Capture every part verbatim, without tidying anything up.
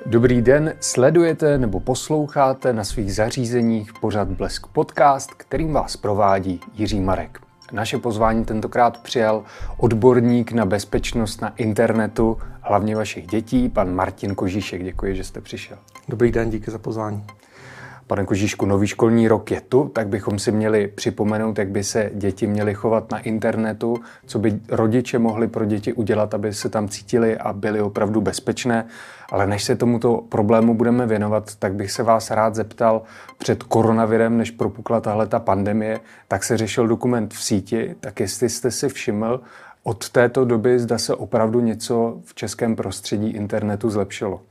Dobrý den, sledujete nebo posloucháte na svých zařízeních pořad Blesk Podcast, kterým vás provádí Jiří Marek. Naše pozvání tentokrát přijal odborník na bezpečnost na internetu, hlavně vašich dětí, pan Martin Kožíšek. Děkuji, že jste přišel. Dobrý den, díky za pozvání. Pane Kožíšku, nový školní rok je tu, tak bychom si měli připomenout, jak by se děti měly chovat na internetu, co by rodiče mohli pro děti udělat, aby se tam cítili a byli opravdu bezpečné. Ale než se tomuto problému budeme věnovat, tak bych se vás rád zeptal, před koronavirem, než propukla tahleta pandemie, tak se řešil dokument v síti, tak jestli jste si všiml od této doby, zda se opravdu něco v českém prostředí internetu zlepšilo.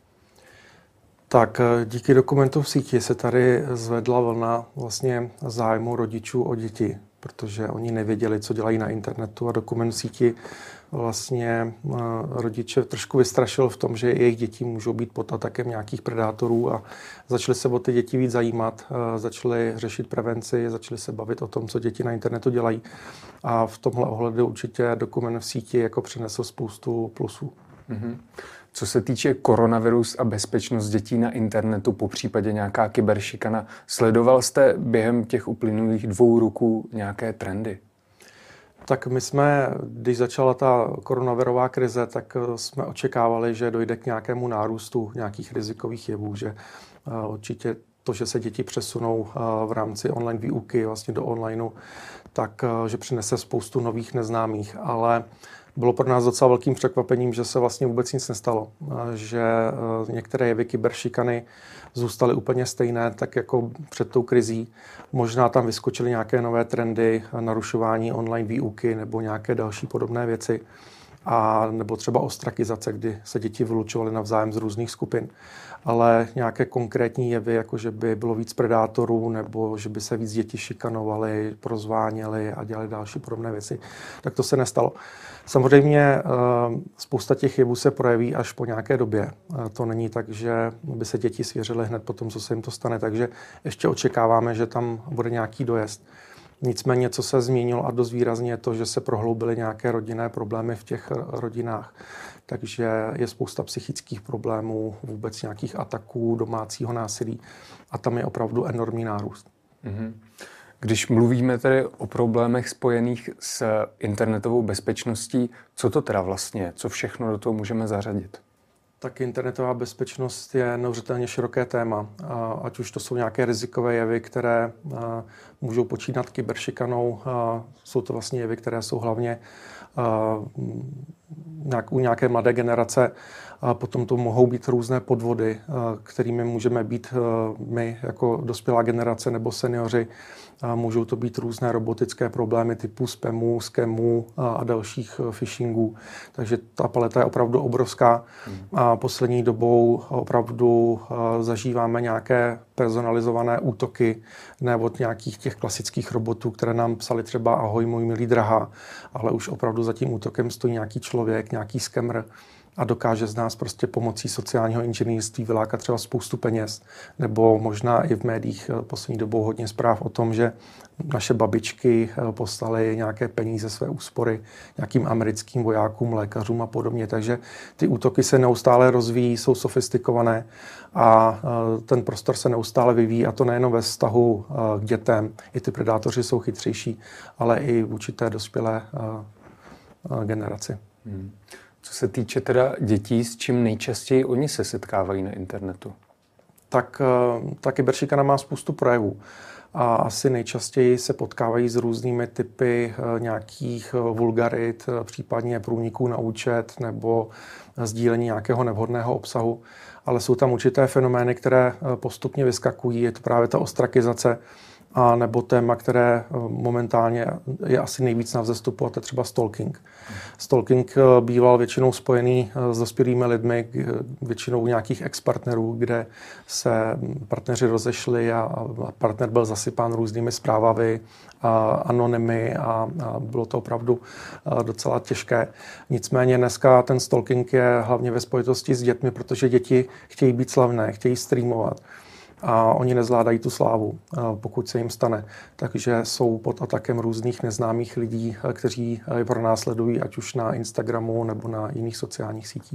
Tak díky dokumentu v síti se tady zvedla vlna vlastně zájmu rodičů o děti, protože oni nevěděli, co dělají na internetu a dokument v síti vlastně rodiče trošku vystrašil v tom, že jejich děti můžou být pod atakem nějakých predátorů a začali se o ty děti víc zajímat, začali řešit prevenci, začali se bavit o tom, co děti na internetu dělají a v tomhle ohledu určitě dokument v síti jako přinesl spoustu plusů. Mm-hmm. Co se týče koronavirus a bezpečnost dětí na internetu, po případě nějaká kyberšikana, sledoval jste během těch uplynulých dvou roků nějaké trendy? Tak my jsme, když začala ta koronavirová krize, tak jsme očekávali, že dojde k nějakému nárůstu nějakých rizikových jevů, že určitě to, že se děti přesunou v rámci online výuky vlastně do onlineu, tak že přinese spoustu nových neznámých, ale bylo pro nás docela velkým překvapením, že se vlastně vůbec nic nestalo, že některé jevy kyberšikany zůstaly úplně stejné, tak jako před tou krizí. Možná tam vyskočily nějaké nové trendy, narušování online výuky nebo nějaké další podobné věci. A nebo třeba ostrakizace, kdy se děti vylučovaly navzájem z různých skupin. Ale nějaké konkrétní jevy, jako že by bylo víc predátorů nebo že by se víc děti šikanovaly, prozváněly a dělali další podobné věci, tak to se nestalo. Samozřejmě spousta těch jevů se projeví až po nějaké době. To není tak, že by se děti svěřily hned po tom, co se jim to stane, takže ještě očekáváme, že tam bude nějaký dojezd. Nicméně, co se změnilo a dost výrazně je to, že se prohloubily nějaké rodinné problémy v těch rodinách. Takže je spousta psychických problémů, vůbec nějakých ataků, domácího násilí a tam je opravdu enormní nárůst. Mm-hmm. Když mluvíme tedy o problémech spojených s internetovou bezpečností, co to teda vlastně je? Co všechno do toho můžeme zařadit? Tak internetová bezpečnost je neuvěřitelně široké téma. Ať už to jsou nějaké rizikové jevy, které můžou počínat kyberšikanou. Jsou to vlastně jevy, které jsou hlavně u nějaké mladé generace. Potom to mohou být různé podvody, kterými můžeme být my jako dospělá generace nebo seniori. Můžou to být různé robotické problémy typu spamů, scamů a dalších phishingů. Takže ta paleta je opravdu obrovská. A poslední dobou opravdu zažíváme nějaké personalizované útoky ne od nějakých těch klasických robotů, které nám psali třeba ahoj, můj milý drahá, ale už opravdu za tím útokem stojí nějaký člověk, nějaký scammer a dokáže z nás prostě pomocí sociálního inženýrství vylákat třeba spoustu peněz. Nebo možná i v médiích poslední dobou hodně zpráv o tom, že naše babičky poslaly nějaké peníze, své úspory nějakým americkým vojákům, lékařům a podobně. Takže ty útoky se neustále rozvíjí, jsou sofistikované a ten prostor se neustále vyvíjí a to nejenom ve vztahu k dětem. I ty predátoři jsou chytřejší, ale i vůči té dospělé generaci. Hmm. Co se týče teda dětí, s čím nejčastěji oni se setkávají na internetu? Tak ta kyberšikana má spoustu projevů. A asi nejčastěji se potkávají s různými typy nějakých vulgarit, případně průniků na účet nebo sdílení nějakého nevhodného obsahu. Ale jsou tam určité fenomény, které postupně vyskakují. Je to právě ta ostrakizace, a nebo téma, které momentálně je asi nejvíc na vzestupu, a to je třeba stalking. Stalking býval většinou spojený s dospělými lidmi, většinou nějakých ex-partnerů, kde se partneři rozešli a partner byl zasypán různými zprávami, a anonymy a, a bylo to opravdu docela těžké. Nicméně dneska ten stalking je hlavně ve spojitosti s dětmi, protože děti chtějí být slavné, chtějí streamovat. A oni nezvládají tu slávu, pokud se jim stane. Takže jsou pod atakem různých neznámých lidí, kteří je pronásledují, ať už na Instagramu nebo na jiných sociálních sítích.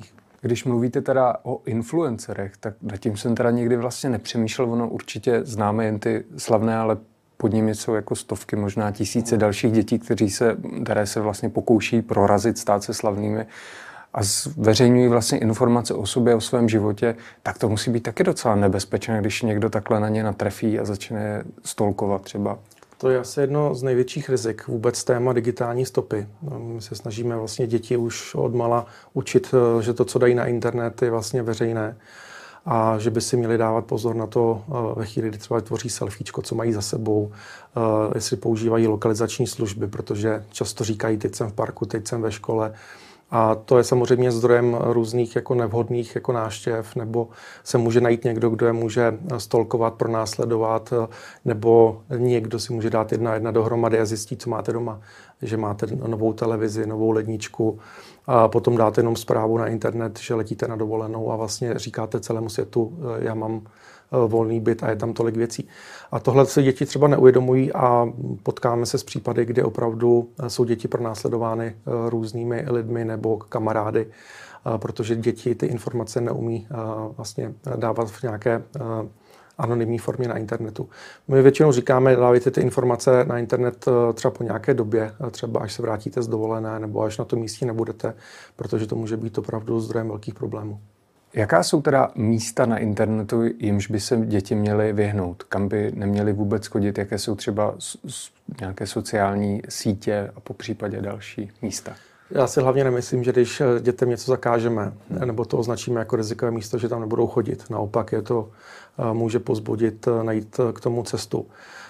Když mluvíte teda o influencerech, tak nad tím jsem teda nikdy vlastně nepřemýšlel. Ono určitě známe jen ty slavné, ale pod nimi jsou jako stovky, možná tisíce dalších dětí, kteří se, které se vlastně pokouší prorazit, stát se slavnými a zveřejňují vlastně informace o sobě, o svém životě, tak to musí být taky docela nebezpečné, když někdo takhle na ně natrefí a začne stalkovat třeba. To je asi jedno z největších rizik, vůbec téma digitální stopy. My se snažíme vlastně děti už odmala učit, že to, co dají na internet, je vlastně veřejné a že by si měli dávat pozor na to ve chvíli, kdy třeba tvoří selfiečko, co mají za sebou, jestli používají lokalizační služby, protože často říkají, teď jsem v parku, teď jsem ve škole. A to je samozřejmě zdrojem různých jako nevhodných jako návštěv, nebo se může najít někdo, kdo je může stalkovat, pronásledovat, nebo někdo si může dát jedna jedna dohromady a zjistí, co máte doma. Že máte novou televizi, novou ledničku a potom dáte jenom zprávu na internet, že letíte na dovolenou a vlastně říkáte celému světu, já mám volný byt a je tam tolik věcí. A tohle se děti třeba neuvědomují a potkáme se s případy, kdy opravdu jsou děti pronásledovány různými lidmi nebo kamarády, protože děti ty informace neumí vlastně dávat v nějaké anonymní formě na internetu. My většinou říkáme, dávejte ty informace na internet třeba po nějaké době, třeba až se vrátíte z dovolené nebo až na tom místě nebudete, protože to může být opravdu zdrojem velkých problémů. Jaká jsou teda místa na internetu, jimž by se děti měly vyhnout? Kam by neměly vůbec chodit? Jaké jsou třeba nějaké sociální sítě a popřípadě další místa? Já si hlavně nemyslím, že když dětem něco zakážeme, nebo to označíme jako rizikové místo, že tam nebudou chodit. Naopak je to může povzbudit najít k tomu cestu.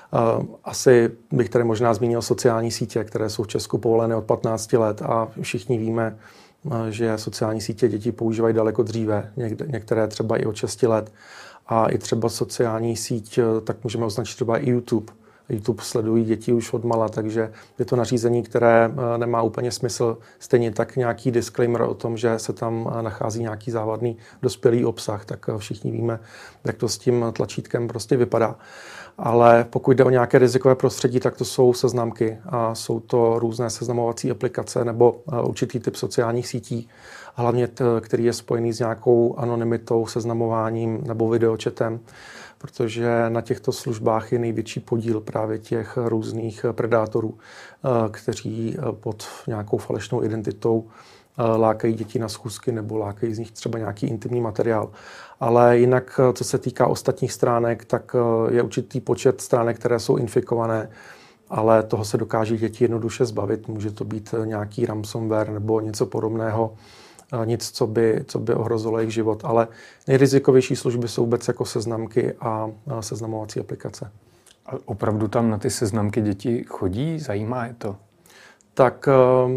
Asi bych tady možná zmínil sociální sítě, které jsou v Česku povolené od patnácti let a všichni víme, že sociální sítě děti používají daleko dříve, některé třeba i od šesti let. A i třeba sociální síť, tak můžeme označit třeba i YouTube. YouTube sledují děti už odmala, takže je to nařízení, které nemá úplně smysl. Stejně tak nějaký disclaimer o tom, že se tam nachází nějaký závadný dospělý obsah, tak všichni víme, jak to s tím tlačítkem prostě vypadá. Ale pokud jde o nějaké rizikové prostředí, tak to jsou seznamky a jsou to různé seznamovací aplikace nebo určitý typ sociálních sítí, hlavně t, který je spojený s nějakou anonymitou, seznamováním nebo videočetem, protože na těchto službách je největší podíl právě těch různých predátorů, kteří pod nějakou falešnou identitou lákají děti na schůzky nebo lákají z nich třeba nějaký intimní materiál. Ale jinak, co se týká ostatních stránek, tak je určitý počet stránek, které jsou infikované, ale toho se dokáží děti jednoduše zbavit. Může to být nějaký ransomware nebo něco podobného, nic, co by, co by ohrozilo jejich život. Ale nejrizikovější služby jsou vůbec jako seznamky a seznamovací aplikace. A opravdu tam na ty seznamky děti chodí? Zajímá je to? Tak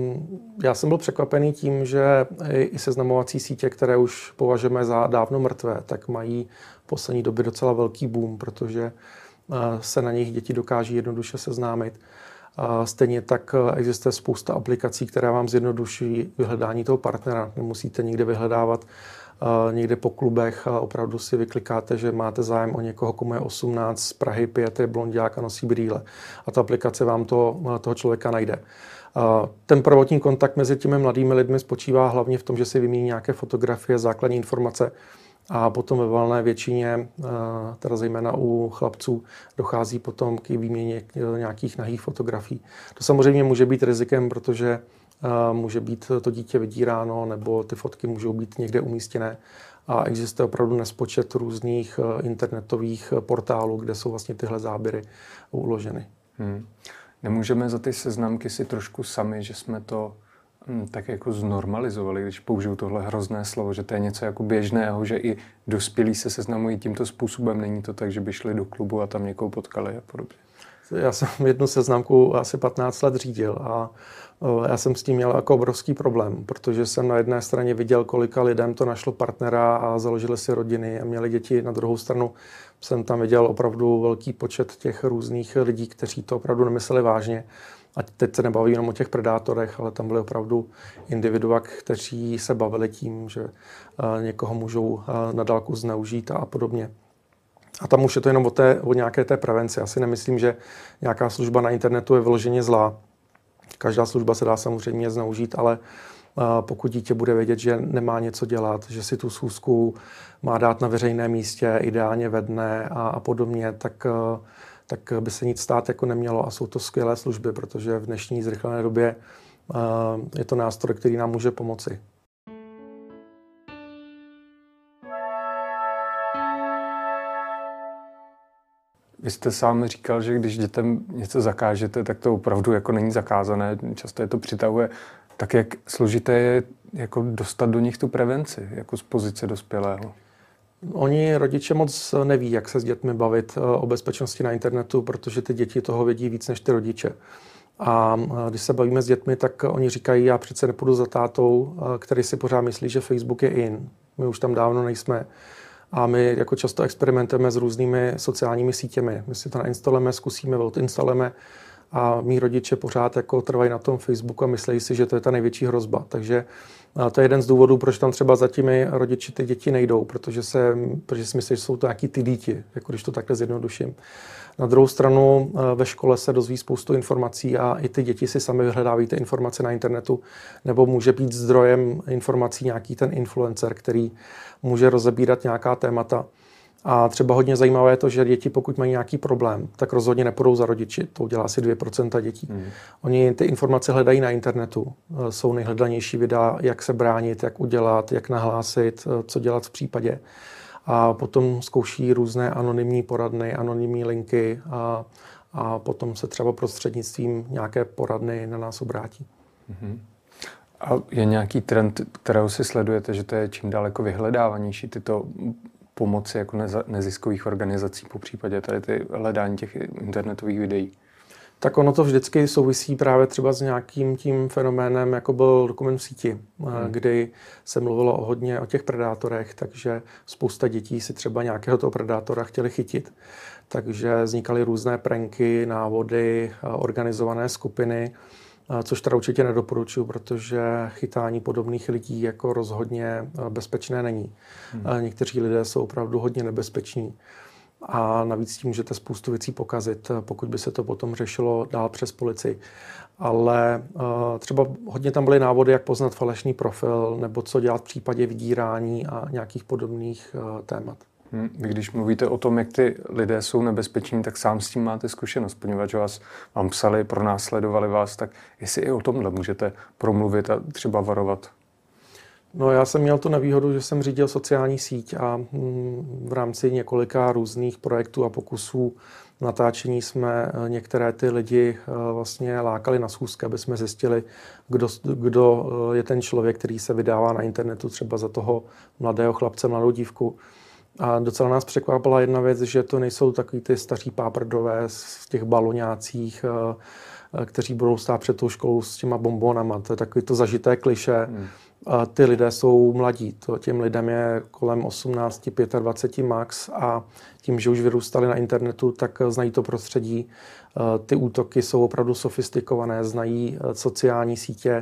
já jsem byl překvapený tím, že i seznamovací sítě, které už považujeme za dávno mrtvé, tak mají v poslední době docela velký boom, protože se na nich děti dokáží jednoduše seznámit. Stejně tak existuje spousta aplikací, které vám zjednodušují vyhledání toho partnera. Nemusíte nikde vyhledávat někde po klubech a opravdu si vyklikáte, že máte zájem o někoho, komu je osmnáct, z Prahy, pijete blonďák a nosí brýle. A ta aplikace vám to, toho člověka najde. Ten prvotní kontakt mezi těmi mladými lidmi spočívá hlavně v tom, že si vymění nějaké fotografie, základní informace a potom ve valné většině, teda zejména u chlapců, dochází potom k výměně nějakých nahých fotografií. To samozřejmě může být rizikem, protože může být to dítě vydíráno nebo ty fotky můžou být někde umístěné a existuje opravdu nespočet různých internetových portálů, kde jsou vlastně tyhle záběry uloženy. Hmm. Nemůžeme za ty seznamky si trošku sami, že jsme to hm, tak jako znormalizovali, když použiju tohle hrozné slovo, že to je něco jako běžného, že i dospělí se seznamují tímto způsobem. Není to tak, že by šli do klubu a tam někoho potkali a podobně. Já jsem jednu seznamku asi patnáct let řídil a já jsem s tím měl jako obrovský problém, protože jsem na jedné straně viděl, kolika lidem to našlo partnera a založili si rodiny a měli děti. Na druhou stranu jsem tam viděl opravdu velký počet těch různých lidí, kteří to opravdu nemysleli vážně. A teď se nebaví jenom o těch predátorech, ale tam byly opravdu individua, kteří se bavili tím, že někoho můžou na dálku zneužít a podobně. A tam už je to jenom o, té, o nějaké té prevenci. Já si nemyslím, že nějaká služba na internetu je vyloženě zlá. Každá služba se dá samozřejmě zneužít, ale pokud dítě bude vědět, že nemá něco dělat, že si tu schůzku má dát na veřejném místě, ideálně ve dne a, a podobně, tak, tak by se nic stát jako nemělo a jsou to skvělé služby, protože v dnešní zrychlené době je to nástroj, který nám může pomoci. Vy jste sám říkal, že když dětem něco zakážete, tak to opravdu jako není zakázané, často je to přitahuje. Tak jak složité je jako dostat do nich tu prevenci, jako z pozice dospělého? Oni rodiče moc neví, jak se s dětmi bavit o bezpečnosti na internetu, protože ty děti toho vědí víc než ty rodiče. A když se bavíme s dětmi, tak oni říkají, já přece nepůjdu za tátou, který si pořád myslí, že Facebook je in. My už tam dávno nejsme. A my jako často experimentujeme s různými sociálními sítěmi. My si to nainstalujeme, zkusíme, odinstalujeme a mí rodiče pořád jako trvají na tom Facebooku a myslí si, že to je ta největší hrozba. Takže to je jeden z důvodů, proč tam třeba za těmi rodiči ty děti nejdou, protože, se, protože si myslí, že jsou to nějaký ty děti, jako když to takhle zjednoduším. Na druhou stranu ve škole se dozví spoustu informací a i ty děti si sami vyhledávají ty informace na internetu, nebo může být zdrojem informací nějaký ten influencer, který může rozebírat nějaká témata. A třeba hodně zajímavé je to, že děti, pokud mají nějaký problém, tak rozhodně nepůjdou za rodiči. To udělá asi dvě procenta dětí. Mm. Oni ty informace hledají na internetu. Jsou nejhledanější videa, jak se bránit, jak udělat, jak nahlásit, co dělat v případě. A potom zkouší různé anonymní poradny, anonymní linky a, a potom se třeba prostřednictvím nějaké poradny na nás obrátí. Mm-hmm. A je nějaký trend, kterého si sledujete, že to je čím dál jako vyhledávanější tyto pomoci jako neza, neziskových organizací, po případě tady ty hledání těch internetových videí? Tak ono to vždycky souvisí právě třeba s nějakým tím fenoménem, jako byl dokument v síti, hmm. kdy se mluvilo o hodně o těch predátorech, takže spousta dětí si třeba nějakého toho predátora chtěli chytit. Takže vznikaly různé pranky, návody, organizované skupiny, což teda určitě nedoporučuji, protože chytání podobných lidí jako rozhodně bezpečné není. Hmm. Někteří lidé jsou opravdu hodně nebezpeční. A navíc tím můžete spoustu věcí pokazit, pokud by se to potom řešilo dál přes policii. Ale uh, třeba hodně tam byly návody, jak poznat falešný profil, nebo co dělat v případě vydírání a nějakých podobných uh, témat. Hmm. Vy když mluvíte o tom, jak ty lidé jsou nebezpeční, tak sám s tím máte zkušenost, poněvadž vás vám psali, pronásledovali vás, tak jestli i o tomhle můžete promluvit a třeba varovat. No, já jsem měl tu nevýhodu, že jsem řídil sociální síť a v rámci několika různých projektů a pokusů natáčení jsme některé ty lidi vlastně lákali na schůzky, aby jsme zjistili, kdo, kdo je ten člověk, který se vydává na internetu třeba za toho mladého chlapce, mladou dívku. A docela nás překvapila jedna věc, že to nejsou takový ty staří páprdové v těch baloňácích, kteří budou stát před tou školou s těma bombonama. To je takový to zažité klišé. Hmm. A ty lidé jsou mladí. To těm lidem je kolem osmnáct, dvacet pět max a tím, že už vyrůstali na internetu, tak znají to prostředí. Ty útoky jsou opravdu sofistikované, znají sociální sítě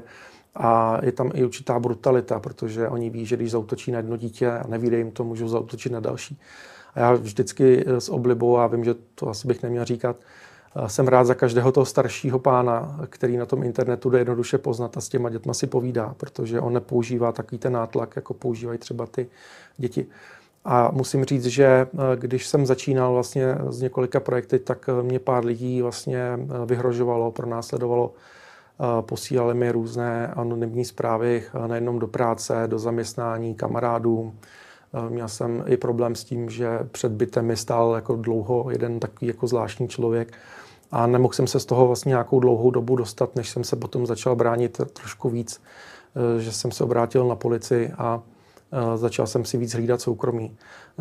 a je tam i určitá brutalita, protože oni ví, že když zaútočí na jedno dítě a nevíde jim to, můžou zaútočit na další. A já vždycky s oblibou, a vím, že to asi bych neměl říkat, jsem rád za každého toho staršího pána, který na tom internetu jde jednoduše poznat a s těma dětma si povídá, protože on nepoužívá takový ten nátlak, jako používají třeba ty děti. A musím říct, že když jsem začínal vlastně s několika projekty, tak mě pár lidí vlastně vyhrožovalo, pronásledovalo, posílali mi různé anonymní zprávy nejenom do práce, do zaměstnání, kamarádům. Měl jsem i problém s tím, že před bytem mi stál jako dlouho jeden takový jako zvláštní člověk a nemohl jsem se z toho vlastně nějakou dlouhou dobu dostat, než jsem se potom začal bránit trošku víc, že jsem se obrátil na policii a začal jsem si víc hlídat soukromí.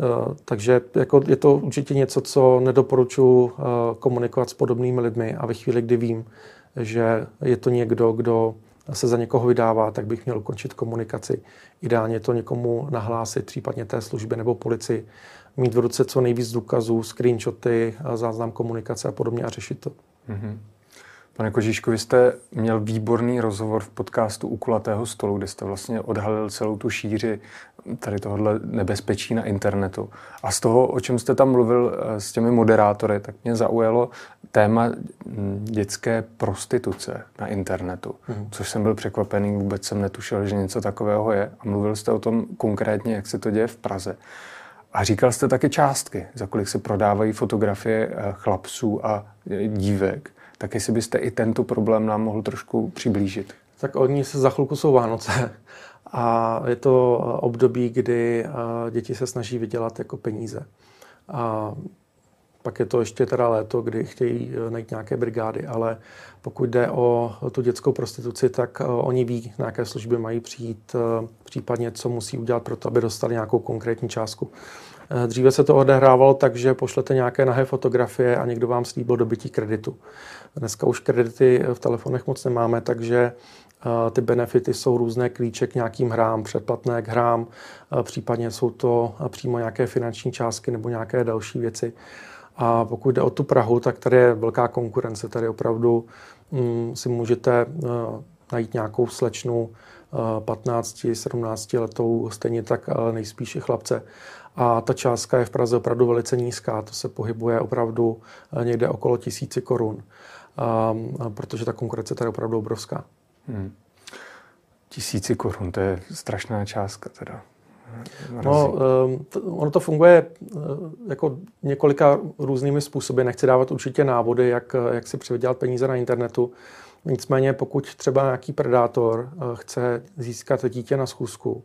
Takže jako je to určitě něco, co nedoporučuji komunikovat s podobnými lidmi a ve chvíli, kdy vím, že je to někdo, kdo se za někoho vydává, tak bych měl ukončit komunikaci. Ideálně to někomu nahlásit, případně té službě nebo policii. Mít v ruce co nejvíc důkazů, screenshoty, záznam komunikace a podobně a řešit to. Mm-hmm. Pane Kožíšku, vy jste měl výborný rozhovor v podcastu U kulatého stolu, kde jste vlastně odhalil celou tu šíři tady tohohle nebezpečí na internetu. A z toho, o čem jste tam mluvil s těmi moderátory, tak mě zaujalo téma dětské prostituce na internetu, mm. což jsem byl překvapený, vůbec jsem netušil, že něco takového je. A mluvil jste o tom konkrétně, jak se to děje v Praze. A říkal jste taky částky, za kolik se prodávají fotografie chlapců a dívek. Tak jestli byste i tento problém nám mohl trošku přiblížit. Tak oni se za chvilku jsou Vánoce a je to období, kdy děti se snaží vydělat jako peníze. A pak je to ještě teda léto, kdy chtějí najít nějaké brigády, ale pokud jde o tu dětskou prostituci, tak oni ví, na jaké služby mají přijít, případně co musí udělat pro to, aby dostali nějakou konkrétní částku. Dříve se to odehrávalo tak, že pošlete nějaké nahé fotografie a někdo vám slíbil dobytí kreditu. Dneska už kredity v telefonech moc nemáme, takže ty benefity jsou různé klíče k nějakým hrám, předplatné k hrám, případně jsou to přímo nějaké finanční částky nebo nějaké další věci. A pokud jde o tu Prahu, tak tady je velká konkurence. Tady opravdu mm, si můžete uh, najít nějakou slečnu uh, patnáct sedmnáct letou, stejně tak uh, nejspíš i chlapce. A ta částka je v Praze opravdu velice nízká. To se pohybuje opravdu uh, někde okolo tisíci korun, uh, protože ta konkurence tady je opravdu obrovská. Hmm. Tisíci korun, to je strašná částka teda. No, ono to funguje jako několika různými způsoby. Nechci dávat určitě návody, jak, jak si přivydělat peníze na internetu. Nicméně pokud třeba nějaký predátor chce získat dítě na schůzku,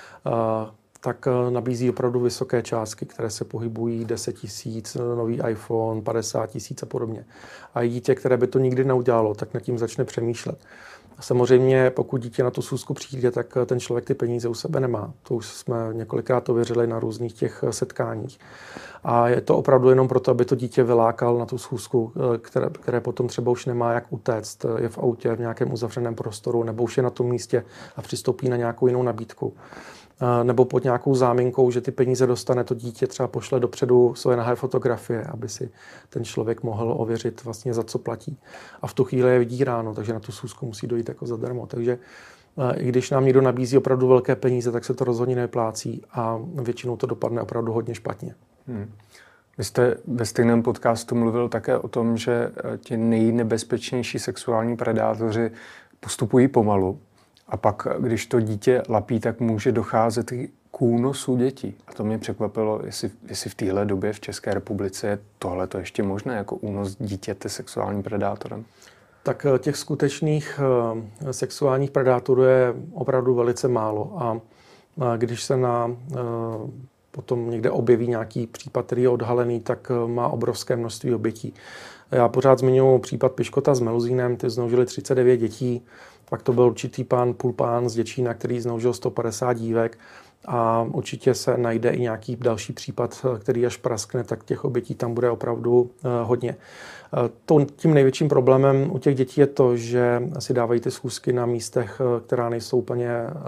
tak nabízí opravdu vysoké částky, které se pohybují deset tisíc, nový iPhone, padesát tisíc a podobně. A dítě, které by to nikdy neudělalo, tak nad tím začne přemýšlet. Samozřejmě, pokud dítě na tu schůzku přijde, tak ten člověk ty peníze u sebe nemá. To už jsme několikrát ověřili na různých těch setkáních. A je to opravdu jenom proto, aby to dítě vylákal na tu schůzku, které, které potom třeba už nemá jak utéct. Je v autě, v nějakém uzavřeném prostoru, nebo už je na tom místě a přistoupí na nějakou jinou nabídku. Nebo pod nějakou záminkou, že ty peníze dostane to dítě, třeba pošle dopředu svoje nahé fotografie, aby si ten člověk mohl ověřit vlastně, za co platí. A v tu chvíli je vydíráno, takže na tu schůzku musí dojít jako zadarmo. Takže i když nám někdo nabízí opravdu velké peníze, tak se to rozhodně neplácí a většinou to dopadne opravdu hodně špatně. Hmm. Vy jste ve stejném podcastu mluvil také o tom, že ti nejnebezpečnější sexuální predátoři postupují pomalu. A pak, když to dítě lapí, tak může docházet i k únosu dětí. A to mě překvapilo, jestli, jestli v téhle době v České republice je tohle to ještě možné, jako únos dítěte sexuálním predátorem. Tak těch skutečných uh, sexuálních predátorů je opravdu velice málo. A uh, když se na uh, potom někde objeví nějaký případ, který je odhalený, tak uh, má obrovské množství obětí. Já pořád zmiňuji případ Piškota s Meluzínem, ty zneužili třicet devět dětí. Pak to byl určitý pán Pulpán z Děčína, který zneužil sto padesát dívek. A určitě se najde i nějaký další případ, který až praskne, tak těch obětí tam bude opravdu uh, hodně. Uh, tím největším problémem u těch dětí je to, že si dávají ty schůzky na místech, která nejsou úplně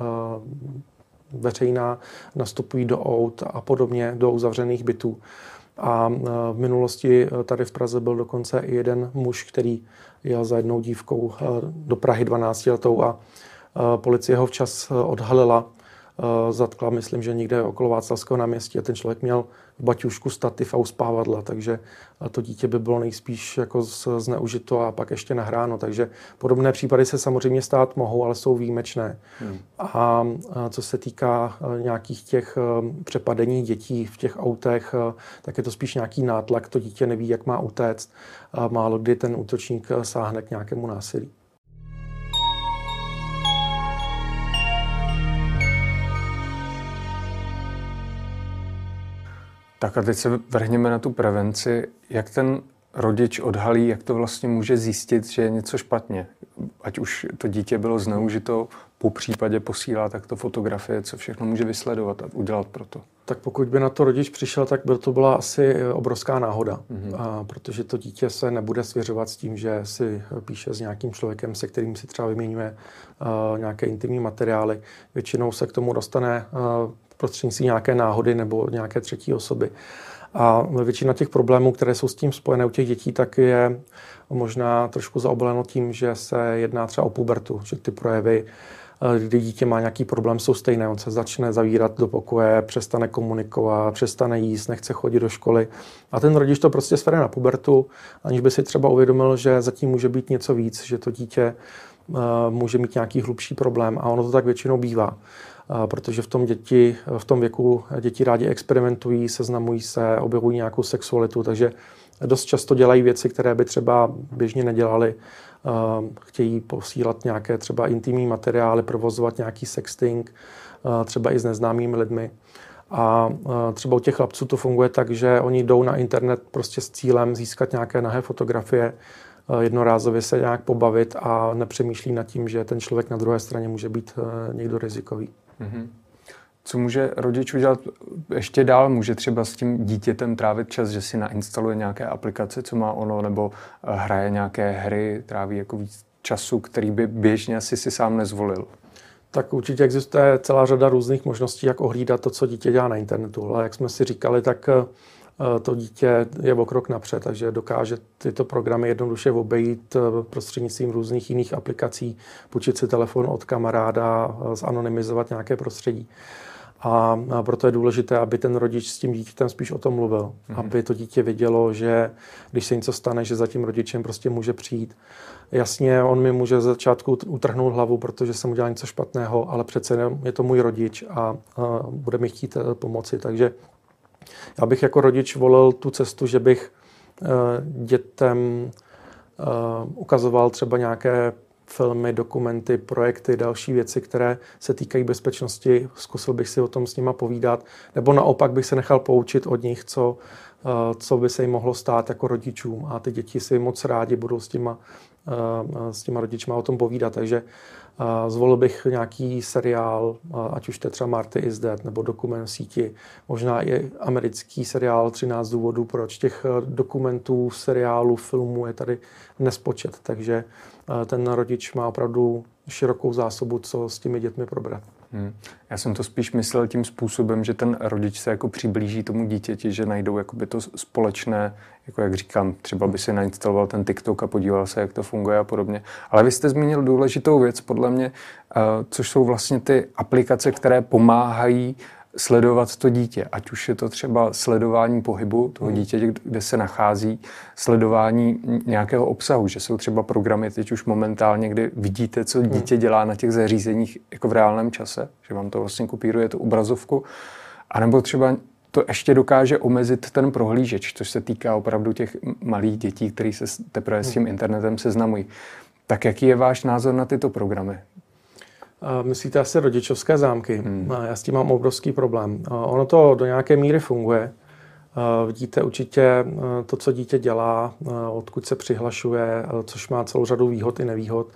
uh, veřejná, nastupují do aut a podobně, do uzavřených bytů. A v minulosti tady v Praze byl dokonce i jeden muž, který jel za jednou dívkou do Prahy dvanáctiletou a policie ho včas odhalila. Zatkla, myslím, že někde okolo Václavského náměstí a ten člověk měl v baťušku stativ a uspávadla, takže to dítě by bylo nejspíš jako zneužito a pak ještě nahráno. Takže podobné případy se samozřejmě stát mohou, ale jsou výjimečné. Hmm. A co se týká nějakých těch přepadení dětí v těch autech, tak je to spíš nějaký nátlak, to dítě neví, jak má utéct a málo kdy ten útočník sáhne k nějakému násilí. Tak a teď se vrhněme na tu prevenci. Jak ten rodič odhalí, jak to vlastně může zjistit, že je něco špatně? Ať už to dítě bylo zneužito, po případě posílá takto fotografie, co všechno může vysledovat a udělat pro to? Tak pokud by na to rodič přišel, tak by to byla asi obrovská náhoda, mm-hmm. a protože to dítě se nebude svěřovat s tím, že si píše s nějakým člověkem, se kterým si třeba vyměňuje uh, nějaké intimní materiály. Většinou se k tomu dostane uh, prostřednictvím nějaké náhody nebo nějaké třetí osoby. A většina těch problémů, které jsou s tím spojené u těch dětí, tak je možná trošku zaobaleno tím, že se jedná třeba o pubertu, že ty projevy, kdy dítě má nějaký problém, jsou stejné. On se začne zavírat do pokoje, přestane komunikovat, přestane jíst, nechce chodit do školy. A ten rodič to prostě svede na pubertu, aniž by si třeba uvědomil, že zatím může být něco víc, že to dítě může mít nějaký hlubší problém. A ono to tak většinou bývá. Protože v tom, děti, v tom věku děti rádi experimentují, seznamují se, objevují nějakou sexualitu, takže dost často dělají věci, které by třeba běžně nedělali. Chtějí posílat nějaké třeba intimní materiály, provozovat nějaký sexting, třeba i s neznámými lidmi. A třeba u těch chlapců to funguje tak, že oni jdou na internet prostě s cílem získat nějaké nahé fotografie, jednorázově se nějak pobavit a nepřemýšlí nad tím, že ten člověk na druhé straně může být někdo rizikový. Mm-hmm. Co může rodič udělat ještě dál? Může třeba s tím dítětem trávit čas, že si nainstaluje nějaké aplikace, co má ono, nebo hraje nějaké hry, tráví jako víc času, který by běžně asi si sám nezvolil? Tak určitě existuje celá řada různých možností, jak ohlídat to, co dítě dělá na internetu. Ale jak jsme si říkali, tak to dítě je o krok napřed, takže dokáže tyto programy jednoduše obejít prostřednictvím různých jiných aplikací, půjčit si telefon od kamaráda, zanonymizovat nějaké prostředí. A proto je důležité, aby ten rodič s tím dítětem spíš o tom mluvil. Mm-hmm. Aby to dítě vědělo, že když se něco stane, že za tím rodičem prostě může přijít. Jasně, on mi může z začátku utrhnout hlavu, protože jsem udělal něco špatného, ale přece je to můj rodič a, a bude mi chtít pomoci. Takže já bych jako rodič volil tu cestu, že bych uh, dětem uh, ukazoval třeba nějaké filmy, dokumenty, projekty, další věci, které se týkají bezpečnosti. Zkusil bych si o tom s nima povídat. Nebo naopak bych se nechal poučit od nich, co, uh, co by se jim mohlo stát jako rodičům. A ty děti si moc rádi budou s těma, uh, s těma rodičima o tom povídat. Takže Uh, zvolil bych nějaký seriál, uh, ať už to je třeba Marty is Dead, nebo dokument v síti, možná i americký seriál třináct důvodů, proč. Těch uh, dokumentů, seriálů, filmů je tady nespočet, takže uh, ten rodič má opravdu širokou zásobu, co s těmi dětmi probrat. Hmm. Já jsem to spíš myslel tím způsobem, že ten rodič se jako přiblíží tomu dítěti, že najdou jakoby to společné, jako jak říkám, třeba by si nainstaloval ten TikTok a podíval se, jak to funguje a podobně. Ale vy jste zmínil důležitou věc, podle mě, což jsou vlastně ty aplikace, které pomáhají sledovat to dítě. Ať už je to třeba sledování pohybu toho dítěte, kde se nachází, sledování nějakého obsahu, že jsou třeba programy teď už momentálně, kdy vidíte, co dítě dělá na těch zařízeních jako v reálném čase, že vám to vlastně kopíruje tu obrazovku, anebo třeba to ještě dokáže omezit ten prohlížeč, což se týká opravdu těch malých dětí, kteří se teprve s tím internetem seznamují. Tak jaký je váš názor na tyto programy? Myslíte asi rodičovské zámky? Hmm. Já s tím mám obrovský problém. Ono to do nějaké míry funguje. Vidíte určitě to, co dítě dělá, odkud se přihlašuje, což má celou řadu výhod i nevýhod.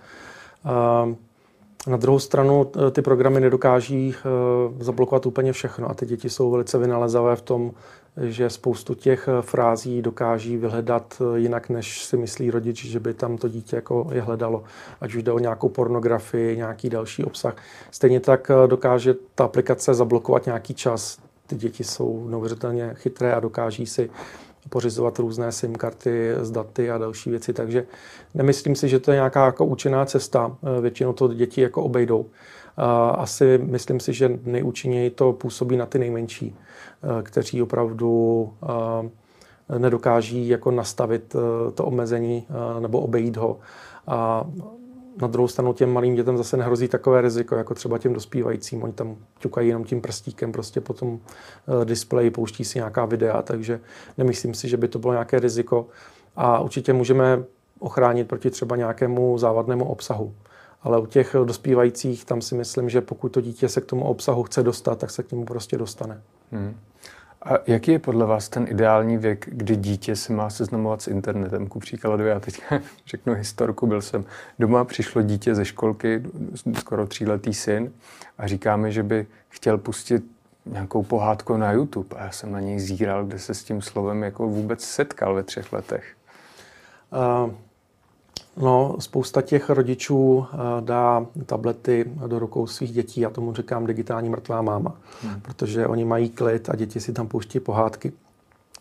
Na druhou stranu ty programy nedokáží zablokovat úplně všechno a ty děti jsou velice vynalezavé v tom, že spoustu těch frází dokáží vyhledat jinak, než si myslí rodič, že by tam to dítě jako je hledalo. Ať už jde o nějakou pornografii, nějaký další obsah. Stejně tak dokáže ta aplikace zablokovat nějaký čas. Ty děti jsou neuvěřitelně chytré a dokáží si pořizovat různé SIM karty s daty a další věci, takže nemyslím si, že to je nějaká jako účinná cesta. Většinou to děti jako obejdou. Asi myslím si, že nejúčinněji to působí na ty nejmenší, kteří opravdu nedokáží jako nastavit to omezení nebo obejít ho. A na druhou stranu těm malým dětem zase nehrozí takové riziko, jako třeba těm dospívajícím. Oni tam ťukají jenom tím prstíkem prostě po tom displeji, pouští si nějaká videa, takže nemyslím si, že by to bylo nějaké riziko. A určitě můžeme ochránit proti třeba nějakému závadnému obsahu. Ale u těch dospívajících tam si myslím, že pokud to dítě se k tomu obsahu chce dostat, tak se k němu prostě dostane. Hmm. A jaký je podle vás ten ideální věk, kdy dítě se má seznamovat s internetem? Ku příkladu, já teď řeknu historku, byl jsem doma, přišlo dítě ze školky, skoro tříletý syn, a říká mi, že by chtěl pustit nějakou pohádku na YouTube. A já jsem na něj zíral, kde se s tím slovem jako vůbec setkal ve třech letech. Uh... No, spousta těch rodičů dá tablety do rukou svých dětí, já tomu říkám digitální mrtvá máma, hmm. protože oni mají klid a děti si tam pouští pohádky.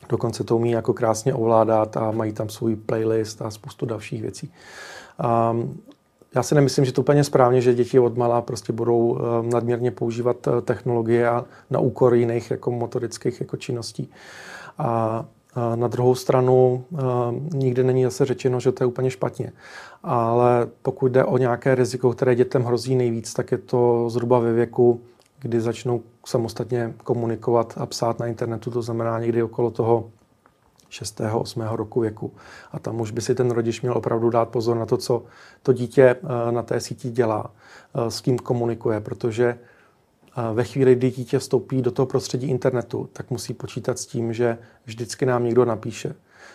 Dokonce to umí jako krásně ovládat a mají tam svůj playlist a spoustu dalších věcí. Um, Já si nemyslím, že to úplně správně, že děti odmala prostě budou nadměrně používat technologie a na úkor jiných jako motorických jako činností. A na druhou stranu nikdy není zase řečeno, že to je úplně špatně. Ale pokud jde o nějaké riziko, které dětem hrozí nejvíc, tak je to zhruba ve věku, kdy začnou samostatně komunikovat a psát na internetu, to znamená někdy okolo toho šestého osmého roku věku. A tam už by si ten rodič měl opravdu dát pozor na to, co to dítě na té síti dělá, s kým komunikuje, protože ve chvíli, kdy dítě vstoupí do toho prostředí internetu, tak musí počítat s tím, že vždycky nám někdo napíše.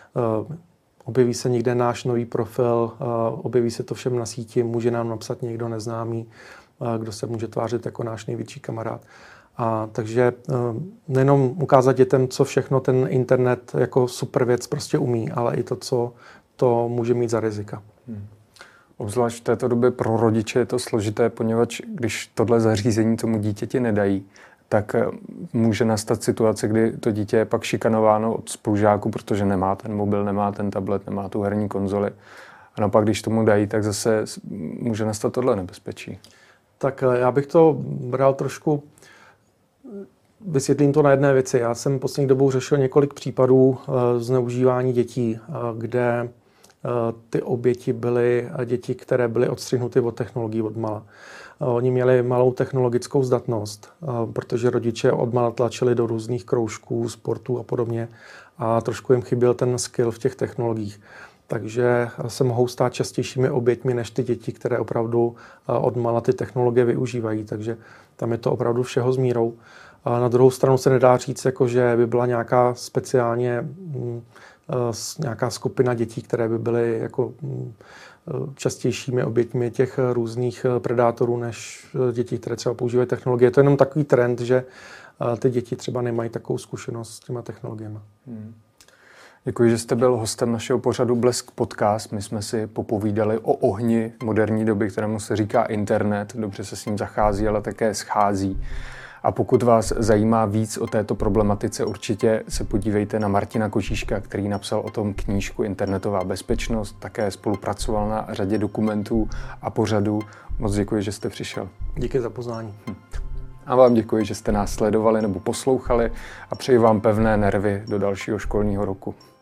Objeví se někde náš nový profil, objeví se to všem na síti, může nám napsat někdo neznámý, kdo se může tvářit jako náš největší kamarád. A takže nejenom ukázat dětem, co všechno ten internet jako super věc prostě umí, ale i to, co to může mít za rizika. Hmm. Obzvlášť v této době pro rodiče je to složité, poněvadž když tohle zařízení tomu dítěti nedají, tak může nastat situace, kdy to dítě je pak šikanováno od spolužáků, protože nemá ten mobil, nemá ten tablet, nemá tu herní konzoli. A naopak, když tomu dají, tak zase může nastat tohle nebezpečí. Tak já bych to bral trošku, vysvětlím to na jedné věci. Já jsem poslední dobou řešil několik případů zneužívání dětí, kde ty oběti byly děti, které byly odstřihnuty od technologií odmala. Oni měli malou technologickou zdatnost, protože rodiče odmala tlačili do různých kroužků, sportů a podobně a trošku jim chyběl ten skill v těch technologiích. Takže se mohou stát častějšími oběťmi než ty děti, které opravdu odmala ty technologie využívají. Takže tam je to opravdu všeho s mírou. A na druhou stranu se nedá říct, jako, že by byla nějaká speciálně nějaká skupina dětí, které by byly jako častějšími oběťmi těch různých predátorů než děti, které třeba používají technologie. To je jenom takový trend, že ty děti třeba nemají takovou zkušenost s těma technologiemi. Hmm. Děkuji, že jste byl hostem našeho pořadu Blesk Podcast. My jsme si popovídali o ohni moderní doby, kterému se říká internet. Dobře se s ním zachází, ale také schází. A pokud vás zajímá víc o této problematice, určitě se podívejte na Martina Kožíška, který napsal o tom knížku Internetová bezpečnost, také spolupracoval na řadě dokumentů a pořadů. Moc děkuji, že jste přišel. Díky za pozvání. Hm. A vám děkuji, že jste nás sledovali nebo poslouchali a přeji vám pevné nervy do dalšího školního roku.